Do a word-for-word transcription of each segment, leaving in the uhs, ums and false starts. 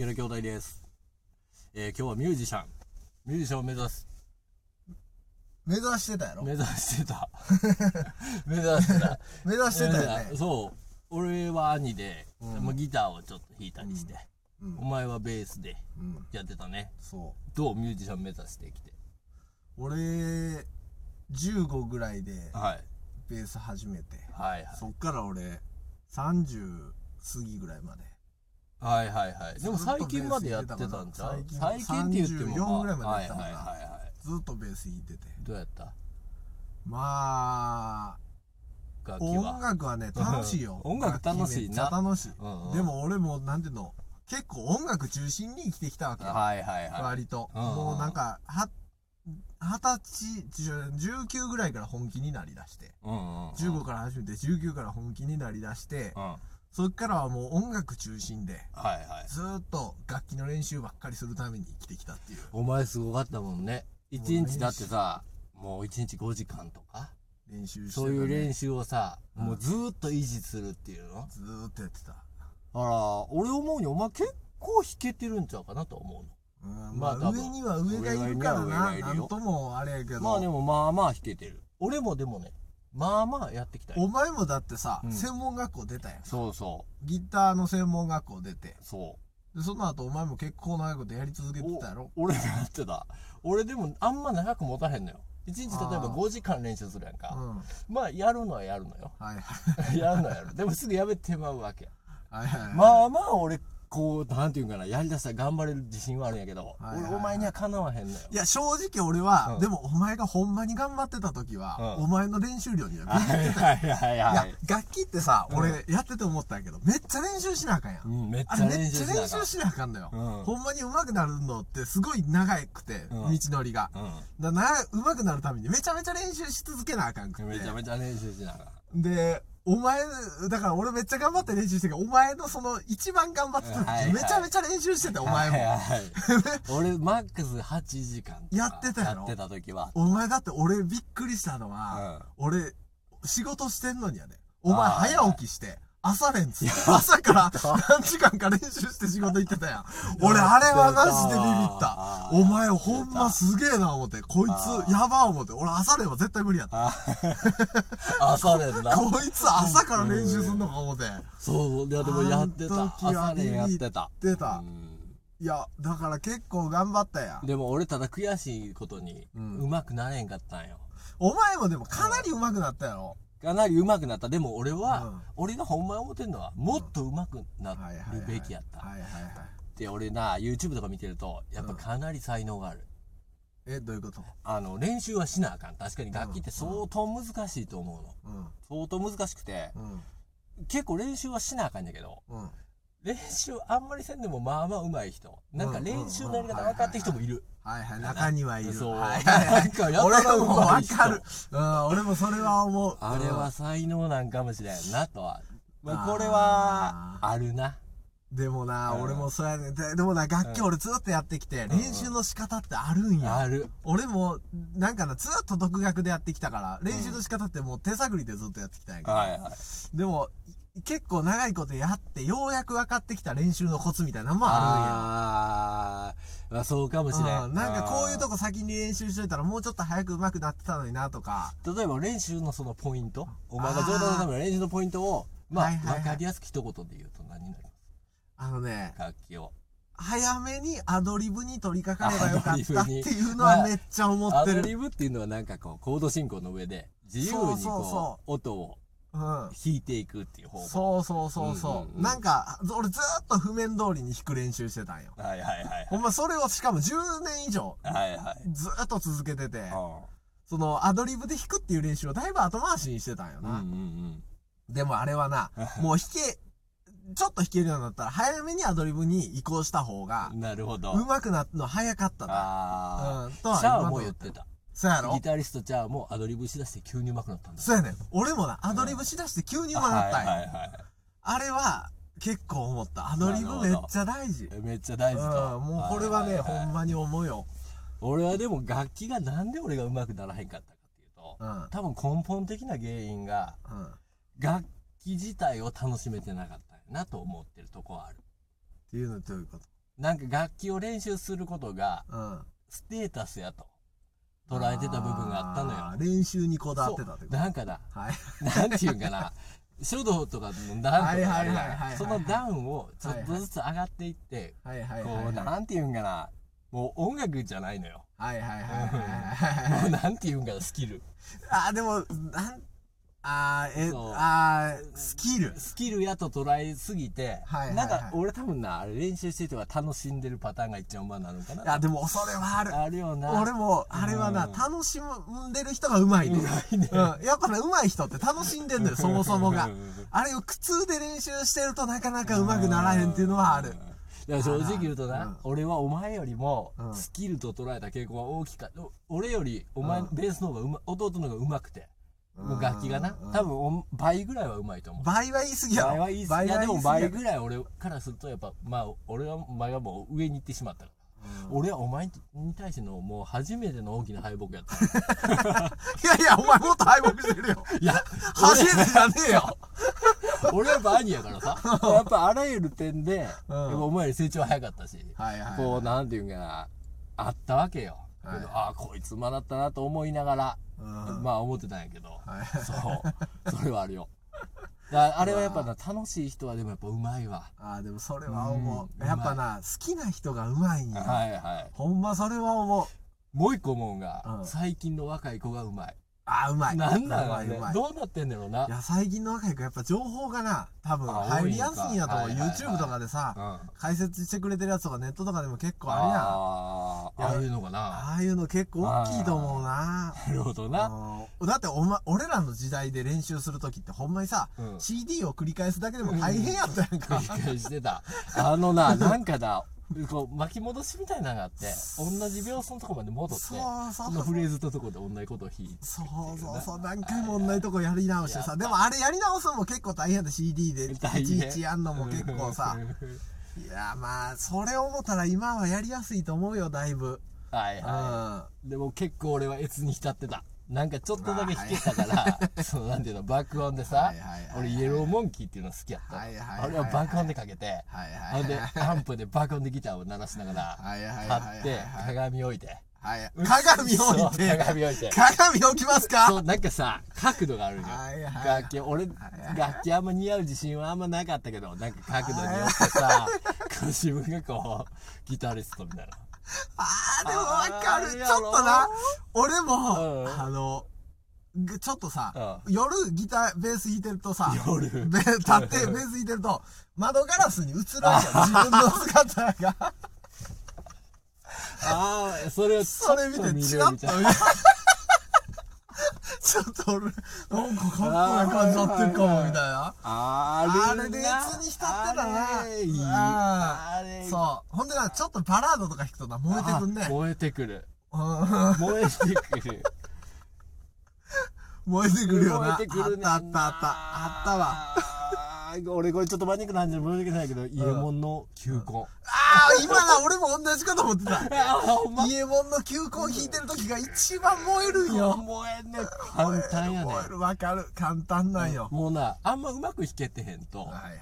池田兄弟です。えー、今日はミュージシャンミュージシャンを目指す目指してたやろ。 目指してた目指してた目指してたよね。 そう、俺は兄で、 うんまあ、ギターをちょっと弾いたりして、 うんお前はベースでうんやってたね。 そうどうミュージシャン目指してきて。 俺じゅうごぐらいではいベース始めて、 はいはいそっから俺さんじゅう過ぎぐらいまで。 はいはいはい。でも最近までやってたんちゃう？最近って言っても、まあ、 さんじゅうよんぐらいまでやってたかはいはいら、 はいはい。 ずっとベース弾いてて。 どうやった？ まあ楽器は音楽はね楽しいよ音楽楽しいな。 めっちゃ楽しい、 うんうん、 でも俺もなんていうの、結構音楽中心に生きてきたわけよ。 はいはいはい。 割と、 うんうん、 もうなんかは二十歳じゅうきゅうぐらいから本気になりだして、 うんうんうん、 じゅうごから始めてじゅうきゅうから本気になりだして、うん、そっからはもう音楽中心で、 はいはい、 ずーっと楽器の練習ばっかりするために生きてきたっていう。 お前すごかったもんね。一日だってさ、もう一日ごじかんとか練習してた、ね、 そういう練習をさ、 うん、 もうずーっと維持するっていうの、 ずーっとやってた。 あら、俺思うにお前結構弾けてるんちゃうかなと思うの。 うん、まあ上には上がいるからな、なんともあれやけど。 まあでもまあまあ弾けてる。俺もでもね、まあまあやってきたよ。 お前もだってさ、 うん、 専門学校出たやん。 そうそう。 ギターの専門学校出て。 そう。 で、その後お前も結構長いことやり続けてたやろ。 俺もやってた。俺でもあんま長く持たへんのよ。いちにち例えばごじかん練習するやんか。うん、まあやるのはやるのよ。はいはい。やるのはやる。でもすぐやめてまうわけ。はいはい、はい。まあまあ俺、こう、なんていうんかな、やりだしたら頑張れる自信はあるんやけど、はいはいはい、俺お前にはかなわへんのよ。 いや、正直俺は、うん、でもお前がほんまに頑張ってた時は、うん、お前の練習量にはビビってたよ。いや、楽器ってさ、うん、俺やってて思ったんやけど、めっちゃ練習しなあかんやん。うん、めっちゃ練習しなあかん。めっちゃ練習しなあかんのよ。うん、ほんまに上手くなるのってすごい長くて、うん、道のりが。うん、だな、上手くなるためにめちゃめちゃ練習し続けなあかんくて。 めちゃめちゃ練習しなあかん。で、お前、だから俺めっちゃ頑張って練習してるけど、お前のその一番頑張ってた時、めちゃめちゃ練習してて、お前も。はいはい俺マックスはちじかんやってたやろ。 やってた時は。 お前だって俺びっくりしたのは、うん、俺、仕事してんのにやで。お前早起きして、朝練つって、朝から何時間か練習して仕事行ってたやん。俺あれはマジでビビった。お前ほんますげえな思って、こいつやば思って、俺朝練は絶対無理やった。 朝練な。 こいつ朝から練習すんのか思って。 そう、いやでもやってた。朝練やってた。 出た。いや、だから結構頑張ったやん。 でも俺ただ悔しいことに、うまくなれんかったんよ。 お前もでもかなりうまくなったやろ。 かなり上手くなった。でも俺は、うん、俺がほんまに思ってんのは、もっと上手くなるべきやった。で、俺な、YouTube とか見てると、やっぱかなり才能がある。 うん、え、どういうこと？ あの、練習はしなあかん。確かに楽器って相当難しいと思うの。うん、相当難しくて、うん、結構練習はしなあかんやけど、うん、練習あんまりせんでもまあまあ上手い人。なんか練習のやり方分かってる人もいる。 はいはい、中にはいる。 そう。 はいはいはい。俺もわかる。うん、俺もそれは思う。 あれは才能なんかもしれんなとは。まあ、これは、あるな。 でもな、俺もそうやね。でもな、楽器俺ずっとやってきて、練習の仕方ってあるんや。 ある。 俺も、なんかな、ずっと独学でやってきたから、練習の仕方ってもう手探りでずっとやってきたんやけど。はいはい。でも、結構長いことやって、ようやく分かってきた練習のコツみたいなのもあるんや。 あー、まあ、そうかもしれん。 なんかこういうとこ先に練習しといたらもうちょっと早く上手くなってたのになとか。 例えば練習のそのポイント、お前が上達のための練習のポイントを、まあ、分かりやすく一言で言うと何になります？ あのね、 楽器を。 早めにアドリブに取り掛かればよかったっていうのはめっちゃ思ってる。 アドリブっていうのはなんかこう、コード進行の上で自由にこう、音を弾いていくっていう方法。 そうそうそうそう。なんか、俺ずーっと譜面通りに弾く練習してたんよ。はいはいはい。ほんまそれをしかもじゅうねん以上、はいはい。ずーっと続けてて、そのアドリブで弾くっていう練習をだいぶ後回しにしてたんよな。でもあれはな、もう弾け、ちょっと弾けるようになったら早めにアドリブに移行した方が、なるほど。上手くなったの早かったな。ああ。うん。とはシャアも言ってた。そうやろ？ギタリストチャーもアドリブしだして急に上手くなったんだ。 そうやねん。俺もな、アドリブしだして急に上手くなったんや。はいはいはい。あれは、結構思った。アドリブめっちゃ大事。 めっちゃ大事か。 うん、もうこれはね、ほんまに思うよ。 俺はでも楽器がなんで俺が上手くならへんかったかっていうと、うん、多分根本的な原因が、うん、楽器自体を楽しめてなかったなと思ってるとこはある。 っていうのはどういうこと？ なんか楽器を練習することがステータスやと捉えてた部分があったのよ。 練習にこだわってたってこと。 なんかだ、はい、なんていうんかな書道とかの段とかあるやん。その段をちょっとずつ上がっていって、こうなんていうんかな、もう音楽じゃないのよ。はいはいはいはい。もうなんていうんかな、スキル。 あ、でも、なん、あー、え、あー、スキル。 スキルやと捉えすぎて、なんか俺多分な、あれ練習してては楽しんでるパターンが一番うまなのかな。 いや、でもそれはある。 あるよな。 俺も、あれはな、楽しんでる人がうまいね。うまいね。うん。やっぱね、うまい人って楽しんでんのよ、そもそもが。あれを苦痛で練習してるとなかなかうまくならへんっていうのはある。 いや正直言うとな、うん、俺はお前よりもスキルと捉えた傾向が大きかった。俺よりお前、うん、ベースの方がうま、弟の方がうまくて。もう楽器がな、多分倍ぐらいはうまいと思う。 倍は言い過ぎやろ。 倍は言い過ぎ。いやでも倍ぐらい俺からするとやっぱ、まあ俺はお前がもう上に行ってしまったから。うん、俺はお前に対してのもう初めての大きな敗北やった。 いやいや、お前もっと敗北してるよ。いや、初めてじゃねえよ。 俺はやっぱ兄やからさ、やっぱあらゆる点で、うん、お前より成長早かったし、はいはいはい、こうなんていうんかな、あったわけよ。はい、けどああこいつ馬だったなと思いながら、うん、まあ思ってたんやけど、はい、そうそれはあるよ。だあれはやっぱな楽しい人はでもやっぱうまいわ。 ああでもそれは思う、うん、やっぱな好きな人がうまいんや。はいはい。ほんまそれは思う。もう一個思うんが、うん、最近の若い子がうまい。 ああうまい。 なんだろうね。どうなってんだろうな。 いや最近の若い子やっぱ情報がな多分入りやすいんやと思う。 YouTube とかでさ、うん、解説してくれてるやつとかネットとかでも結構あるやん。あああいうのかな。 ああいうの結構大きいと思うな。 なるほどな。 だってお、ま、俺らの時代で練習するときってほんまにさ、うん、シーディー を繰り返すだけでも大変やったやんか。 繰り返してた。あのななんかだこう巻き戻しみたいなのがあって同じ秒数のとこまで戻ってそうそうそのフレーズととこで同じことを弾いてそうそうそう何回も同じとこやり直してさでもあれやり直すのも結構大変だ シーディー でいちいちやんのも結構さいやまあそれを思ったら今はやりやすいと思うよだいぶはいはい、うん、でも結構俺は越に浸ってたなんかちょっとだけ弾けたから、そのなんていうの、爆音でさ、俺イエローモンキーっていうの好きやった。俺は爆音でかけて、ほんで、アンプで爆音でギターを鳴らしながら、立って、鏡置いて。 鏡置いて鏡置いて。 鏡置きますかそう、なんかさ、角度があるじゃん。楽器、俺、楽器あんま似合う自信はあんまなかったけど、なんか角度によってさ、自分がこう、ギタリストみたいな。 あーでもわかるちょっとな俺も、うん、あのちょっとさ、うん、夜ギターベース弾いてるとさ夜ベ立ってベース弾いてると窓ガラスに映るじゃん自分の姿がああそれをそれ見てチラッと見るちょっと俺なんかかっこいい感じになってるかもみたいなあれでいつに浸ってたなあれそうほんでなちょっとバラードとか弾くとな燃えてくんね燃えてくる燃えてくる燃えてくるよな燃えてくるねあったあったあったわ俺これちょっとマニックなんじゃ申し訳ないけど伊右衛門の球根、うん、ああ今な俺も同じかと思ってた伊右衛門の球根弾いてる時が一番燃えるんよ燃えんね簡単やね燃えるわかる簡単なんよもうなあんまうまく弾けてへんと、はいはい、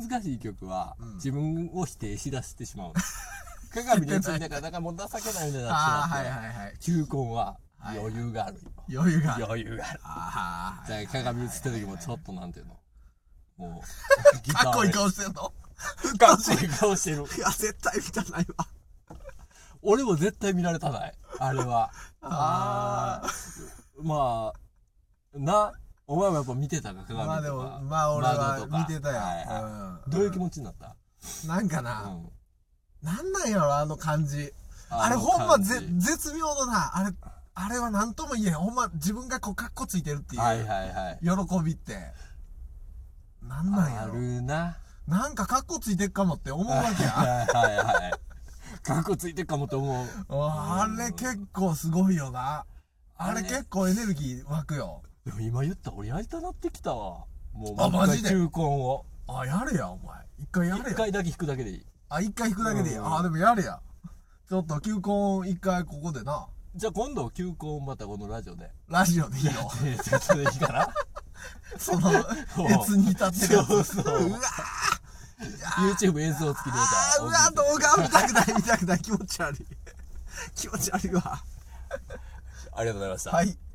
難しい曲は、うん、自分を否定しだしてしまう鏡で映りながらなんかもう情けないみたいになってしまって球根は余裕がある余裕がある余裕があるあじゃあ鏡映ってる時もちょっとなんていうのもうかっこいい顔してるのかっこいい顔してるいや絶対見たないわ俺も絶対見られたないあれはああまあなお前もやっぱ見てたか鏡とかまあでもまあ俺は見てたよ、はいはいうん、どういう気持ちになったなんかな、うん、なんなんやろあの感じあれほんまぜ絶妙だなあれあれは何とも言えへんほんま自分がこうカッコついてるっていう喜びってなんなんやろあるななんかカッコついてっかもって思うわけやはいはいはいカッコついてっかもって思うあれ結構すごいよなあれ結構エネルギー湧くよでも今言ったら俺やりたなってきたわもうあマジで球根をあやれやお前一回やれや一回だけ弾くだけでいいあ一回弾くだけでいいあでもやれやちょっと球根一回ここでなじゃあ今度球根またこのラジオでラジオでいいよちょっとでいいかなその越に至ってるやつそうそううわ YouTube 映像付きで見た。 あー、うわ、動画見たくない、見たくない。気持ち悪い。気持ち悪いわ。 ありがとうございました。 はい。